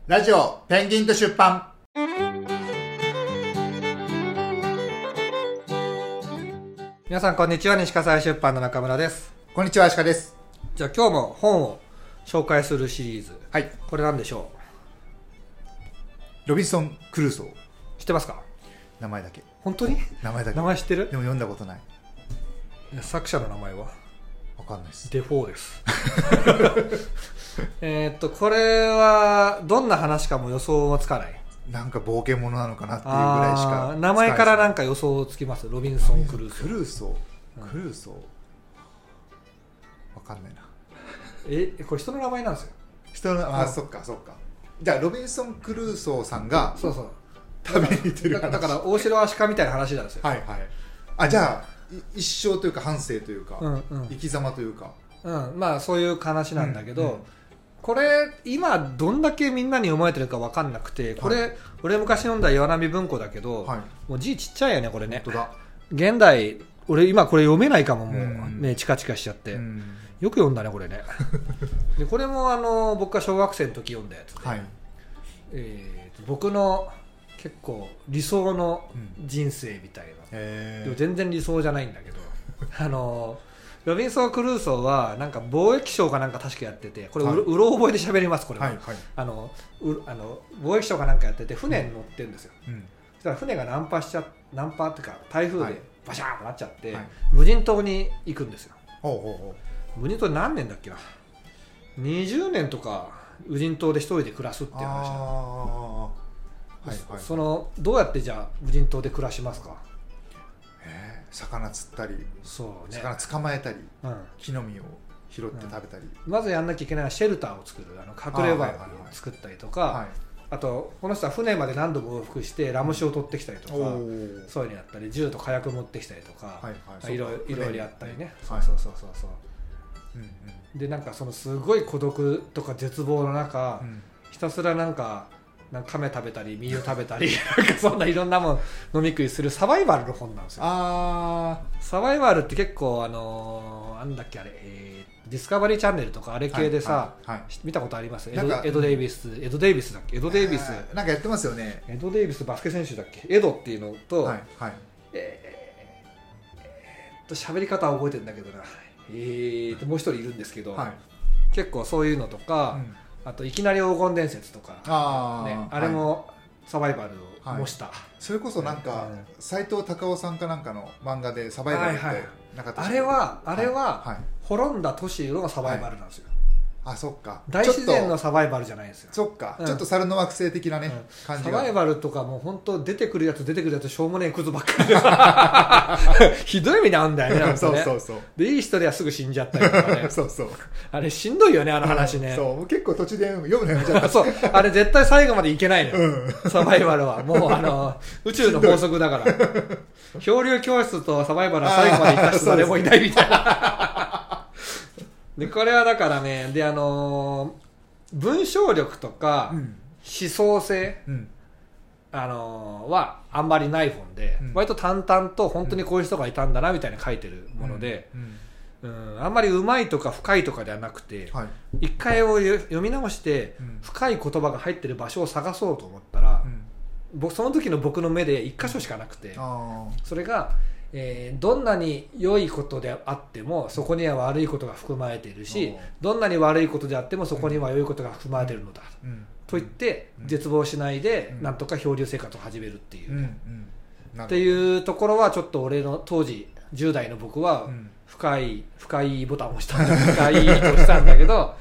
ラジオペンギンと出版。 皆さんこんにちは。西葛西出版の中村です。 こんにちは、アシカです。 じゃあ今日も本を紹介するシリーズ、 はい、 これ何でしょロビンソン・クルーソー。 知ってますか？ 名前だけ。 本当に？ 名前だけ。 名前知ってる？ でも読んだことない。 作者の名前はわかんないです。 デフォーですこれはどんな話かも予想もつかない。 なんか冒険者なのかなっていうぐらいしか。 名前からなんか予想つきます。ロビンソン・クルーソー。 クルーソー、クルーソー、わかんないな。 これ人の名前なんですよ。 人のそっかそっか。じゃあロビンソン・クルーソーさんがそう旅に行ってる話。 だから大城アシカみたいな話なんですよ。 はいはい。じゃあ一生というか半生というか、生き様というか、 まあそういう話なんだけど、これ今どんだけみんなに読まれてるか分かんなくて、これ、俺昔読んだ岩波文庫だけど、もう字ちっちゃいよねこれね。 本当だ。 現代俺今これ読めないかも。もうねチカチカしちゃって、よく読んだねこれねでこれも僕が小学生の時読んだやつで、僕の結構理想の人生みたいな、でも全然理想じゃないんだけどロビンソン・クルーソーはなんか貿易商かなんか確かやってて、これ、うろ覚えで喋ります。これは、貿易商かなんかやってて船に乗ってるんですよ。そしたら船が難破っていうか台風でバシャーンとなっちゃって、無人島に行くんですよ。無人島何年だっけな、20年とか無人島で一人で暮らすっていう話なの。どうやってじゃあ無人島で暮らしますか？ 魚釣ったり、 そうね、 魚捕まえたり、木の実を拾って食べたり、 まずやんなきゃいけないのはシェルターを作る、隠れ家を作ったりとか、あとこの人は船まで何度も往復してラム酒を取ってきたりとか、そういうのやったり、銃と火薬持ってきたりとか、いろいろやったりね。そうで、なんかそのすごい孤独とか絶望の中、ひたすらなんか亀食べたりミーを食べたりなんかそんないろんなもん飲み食いするサバイバルの本なんですよ。サバイバルって結構なんだっけあれ、ディスカバリーチャンネルとかあれ系でさ、見たことあります？エド・デイビスだっけ？エド・デイビスなんかやってますよね。 エド・デイビスバスケ選手だっけ？エドっていうのと、喋り方は覚えてるんだけどな、もう一人いるんですけど、結構そういうのとか、あといきなり黄金伝説とか、あれもサバイバルを模した、 それこそなんか斎藤隆夫さんかなんかの漫画でサバイバルってなかった。 あれは滅んだ都市のサバイバルなんですよ。 そっか、 大自然のサバイバルじゃないんですよ。 そっか、ちょっと猿の惑星的なね、感じが。 サバイバルとかもう本当出てくるやつしょうもねえクズばっかりでひどい目に遭うんだよね。そうで、いい人ではすぐ死んじゃったりとかねあれしんどいよね、あの話ね。 結構途中で読むのやめちゃったそう、あれ絶対最後までいけないのよ、サバイバルは。もう宇宙の法則だから漂流教室とサバイバルは最後までいった人誰もいないみたいなで、これはだからね、で文章力とか思想性、はあんまりない本で、割と淡々と本当にこういう人がいたんだなみたいに書いてるもので、あんまりうまいとか深いとかではなくて、一回を読み直して深い言葉が入ってる場所を探そうと思ったら、その時の僕の目で一箇所しかなくて、それがどんなに良いことであってもそこには悪いことが含まれているし、どんなに悪いことであってもそこには良いことが含まれているのだ、と言って絶望しないでなんとか漂流生活を始めるっていう、っていうところはちょっと俺の当時10代の僕は深いボタンを押した深いとしたんだけど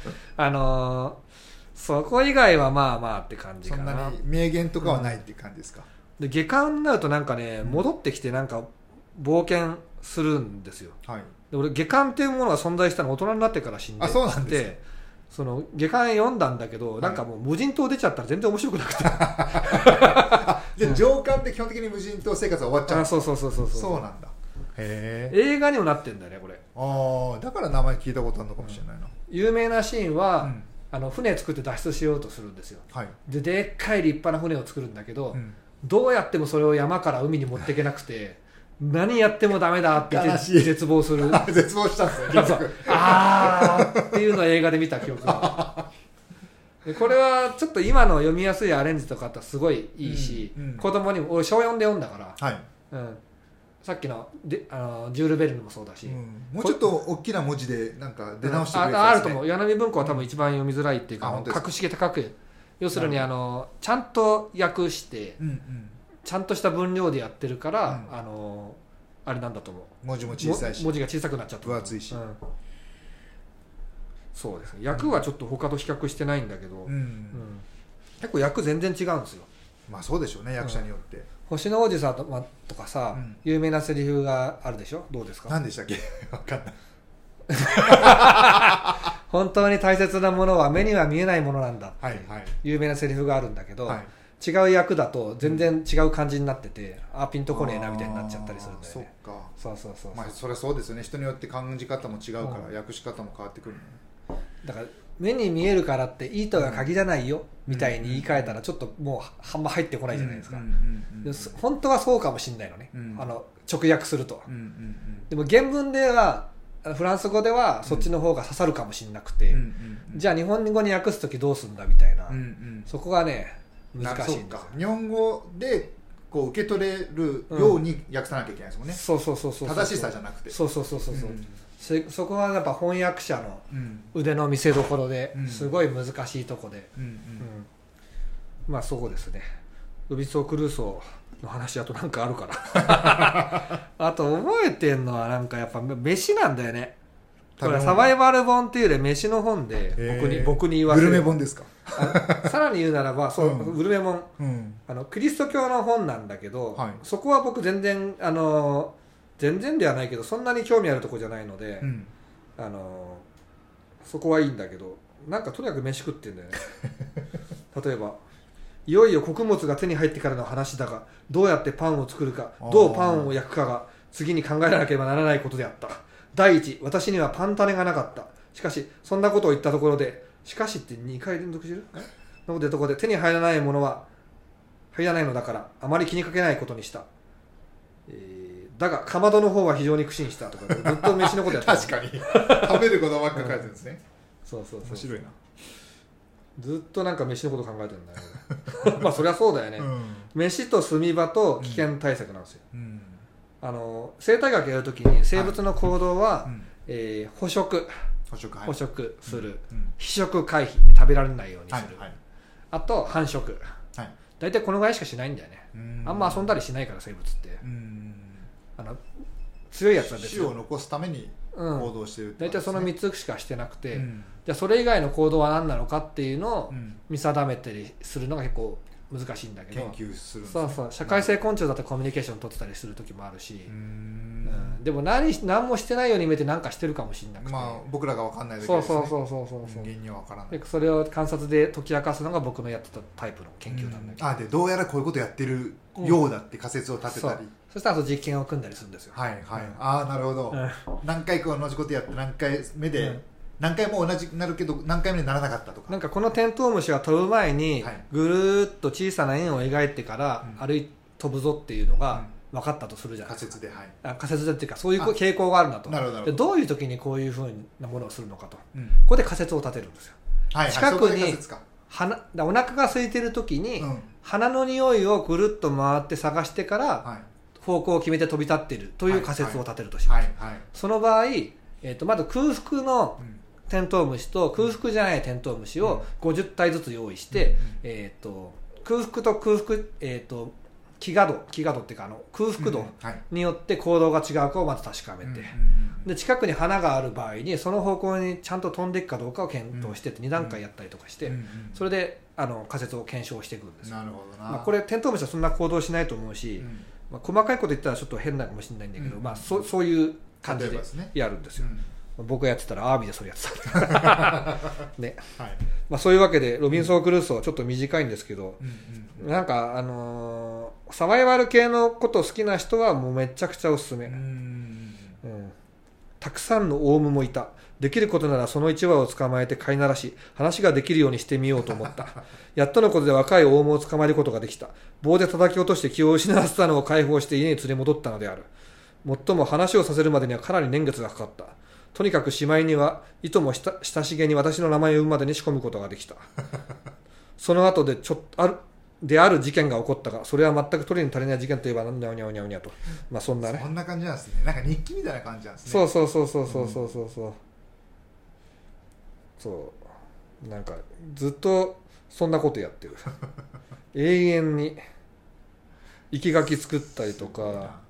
そこ以外はまあまあって感じかな。 そんなに名言とかはないっていう感じですか？ で、下巻になるとなんかね、戻ってきてなんか冒険するんですよ。で、俺下巻っていうものが存在したの大人になってから死んで、その下巻読んだんだけど、なんかもう無人島出ちゃったら全然面白くなくてで、上巻って基本的に無人島生活が終わっちゃう。そうなんだ。 映画にもなってんだよねこれ。 だから名前聞いたことあるのかもしれないな。 有名なシーンは、船作って脱出しようとするんですよ。でっかい立派な船を作るんだけど、どうやってもそれを山から海に持っていけなくて何やってもダメだって絶望する絶望したんですよ結局っていうのを映画で見た記憶がこれはちょっと今の読みやすいアレンジとかってすごいいいし、子供にも俺小4で読んだから、はいさっきのジュール・ベルヌもそうだし、 もうちょっと大きな文字でなんか出直してくれる、 あると思う。柳文庫は多分一番読みづらいっていうか、格式高く、要するにちゃんと訳して、ちゃんとした分量でやってるから、あれなんだと思う。 文字も小さいし、 文字が小さくなっちゃった。 分厚いし、 そうですね。訳はちょっと他と比較してないんだけど、結構訳全然違うんですよ。 まあそうでしょうね、役者によって。 星の王子さんとかさ、有名なセリフがあるでしょ。どうですか。 何でしたっけ。分かんない。 本当に大切なものは目には見えないものなんだって有名なセリフがあるんだけど、違う役だと全然違う感じになってて、ピンとこねえなみたいになっちゃったりするんだよね。 そっか。 そうまあそれはそうですよね。人によって感じ方も違うから、訳し方も変わってくる、 だから目に見えるからっていいとが限らないよみたいに言い換えたらちょっともうあんま入ってこないじゃないですか。本当はそうかもしれないのね、直訳すると。でも原文ではフランス語ではそっちの方が刺さるかもしれなくて、じゃあ日本語に訳すときどうするんだみたいな、そこがね難しいんですよ。 日本語でこう受け取れるように訳さなきゃいけないですもんね。 そう正しさじゃなくて。 そうそこはやっぱ翻訳者の腕の見せ所ですごい難しいとこで、まあそうですね。ロビンソン・クルーソーの話あとなんかあるからあと覚えてんのはなんかやっぱ飯なんだよね。これサバイバル本っていうより飯の本で僕に言わせるグルメ本ですか。 さらに言うならばグルメ本、キリスト教の本なんだけど、そこは僕全然全然ではないけどそんなに興味あるとこじゃないので、そこはいいんだけど、なんかとにかく飯食ってんだよね例えばいよいよ穀物が手に入ってからの話だが、どうやってパンを作るか、どうパンを焼くかが次に考えなければならないことであった。第一、私にはパン種がなかった。しかしそんなことを言ったところで、しかしって2回連続してるのでところで手に入らないものは入らないのだからあまり気にかけないことにした。だがかまどの方は非常に苦心したとかずっと飯のことやって確かに食べることばっか書いてるんですね。 そう面白いな。 ずっとなんか飯のこと考えてるんだよまあそりゃそうだよね、飯と住み場と危険対策なんですよ、生態学やるときに生物の行動は、捕食する、被食回避、食べられないようにする、あと繁殖、大体このぐらいしかしないんだよね。あんま遊んだりしないから生物って、強いやつは種を残すために行動してるって大体その3つしかしてなくて、じゃあそれ以外の行動は何なのかっていうのを見定めたりするのが結構難しいんだけど、 研究するんですね。 そう社会性昆虫だってコミュニケーション取ってたりする時もあるし、でも何もしてないように見えて何かしてるかもしれなくて、 僕らが分かんないだけですね。 そう人間には分からない。 でそれを観察で解き明かすのが僕のやってたタイプの研究なんだけど、 でどうやらこういうことやってるようだって仮説を立てたり、 そしたら実験を組んだりするんですよ。 なるほど、何回か同じことやって何回目で、何回も同じになるけど何回目にならなかったとか、 なんかこのテントウムシが飛ぶ前にぐるーっと小さな円を描いてから飛ぶぞっていうのが分かったとするじゃないですか。仮説でっていうかそういう傾向があるなと。でどういう時にこういうふうなものをするのかと、ここで仮説を立てるんですよ。近くにお腹が空いてる時に、鼻の匂いをぐるっと回って探してから、方向を決めて飛び立っているという仮説を立てるとします。その場合、まず空腹のテントウムシと空腹じゃないテントウムシを50体ずつ用意して、空腹と空腹、飢餓度っていうか空腹度によって行動が違うかをまず確かめて、で近くに花がある場合にその方向にちゃんと飛んでいくかどうかを検討してって2段階やったりとかして、それで仮説を検証していくんですよ。 なるほどな。 これテントウムシはそんな行動しないと思うし、細かいこと言ったらちょっと変なかもしれないんだけど、そういう感じでやるんですよ。僕がやってたらアワビでそれやってたね、そういうわけでロビンソン・クルーソーはちょっと短いんですけど、なんかサバイバル系のこと好きな人はもうめちゃくちゃおすすめ。たくさんのオウムもいた。できることならその1羽を捕まえて飼いならし話ができるようにしてみようと思ったやっとのことで若いオウムを捕まえることができた。棒で叩き落として気を失わせたのを解放して家に連れ戻ったのである。もっとも話をさせるまでにはかなり年月がかかった。 とにかくしまいにはいとも親しげに私の名前を呼ぶまでに仕込むことができた。その後である事件が起こったが、それは全く取りに足りない事件といえばにゃうにゃうにゃうにゃと、まあそんなね、 そんな感じなんですね。なんか日記みたいな感じなんですね。 そうそうなんかずっとそんなことやってる。永遠に生き書き作ったりとか、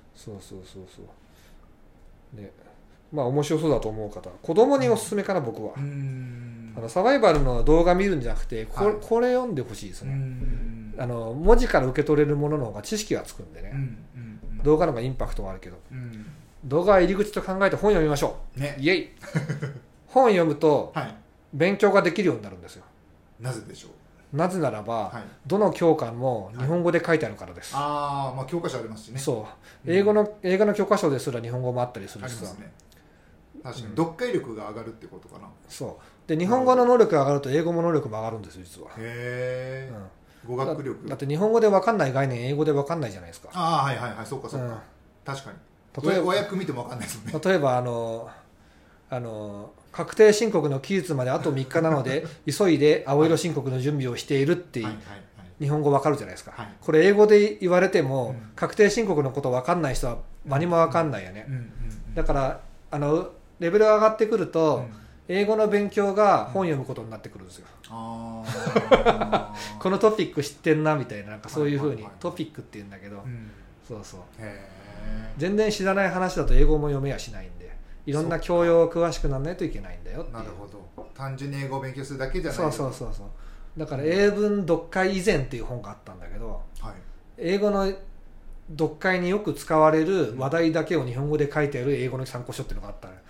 そうね、まあ面白そうだと思う方、子供におすすめかな、僕は。サバイバルの動画見るんじゃなくて、これ読んでほしいですね。文字から受け取れるものの方が知識がつくんでね、動画の方がインパクトがあるけど、動画は入り口と考えて本読みましょう、ね、イエイ。本読むと勉強ができるようになるんですよ。 なぜでしょう。 なぜならば、どの教科も日本語で書いてあるからです。 まあ教科書ありますしね。 そう、映画の教科書ですら日本語もあったりするしさ、 確かに読解力が上がるってことかな。 そうで、日本語の能力が上がると英語も能力も上がるんですよ、実は。 へえ、語学力。 だって日本語で分かんない概念英語で分かんないじゃないですか。 はいはいはい、そうかそうか、確かに。例えば和訳見ても分かんないですもんね。 例えば確定申告の期日まであと3日なので急いで青色申告の準備をしているっていう日本語分かるじゃないですか。これ英語で言われても確定申告のこと分かんない人は何も分かんないよね。だからレベル上がってくると英語の勉強が本読むことになってくるんですよ。このトピック知ってんなみたいな、なんかそういう風にトピックって言うんだけど、そうそう、全然知らない話だと英語も読めやしないんで、いろんな教養を詳しくならないといけないんだよっていう。 なるほど。単純に英語を勉強するだけじゃない。 そうだから英文読解以前っていう本があったんだけど、英語の読解によく使われる話題だけを日本語で書いてある英語の参考書っていうのがあったのよ。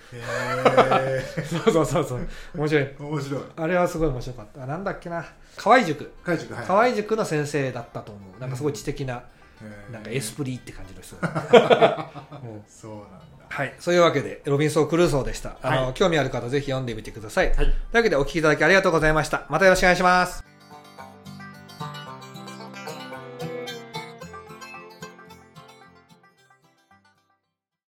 そう面白い。あれはすごい面白かった。なんだっけな、河合塾の先生だったと思う。なんかすごい知的な、なんかエスプリーって感じの人。そうなんだ。はい、そういうわけでロビンソン・クルーソーでした。興味ある方ぜひ読んでみてください。というわけでお聞きいただきありがとうございました。またよろしくお願いします。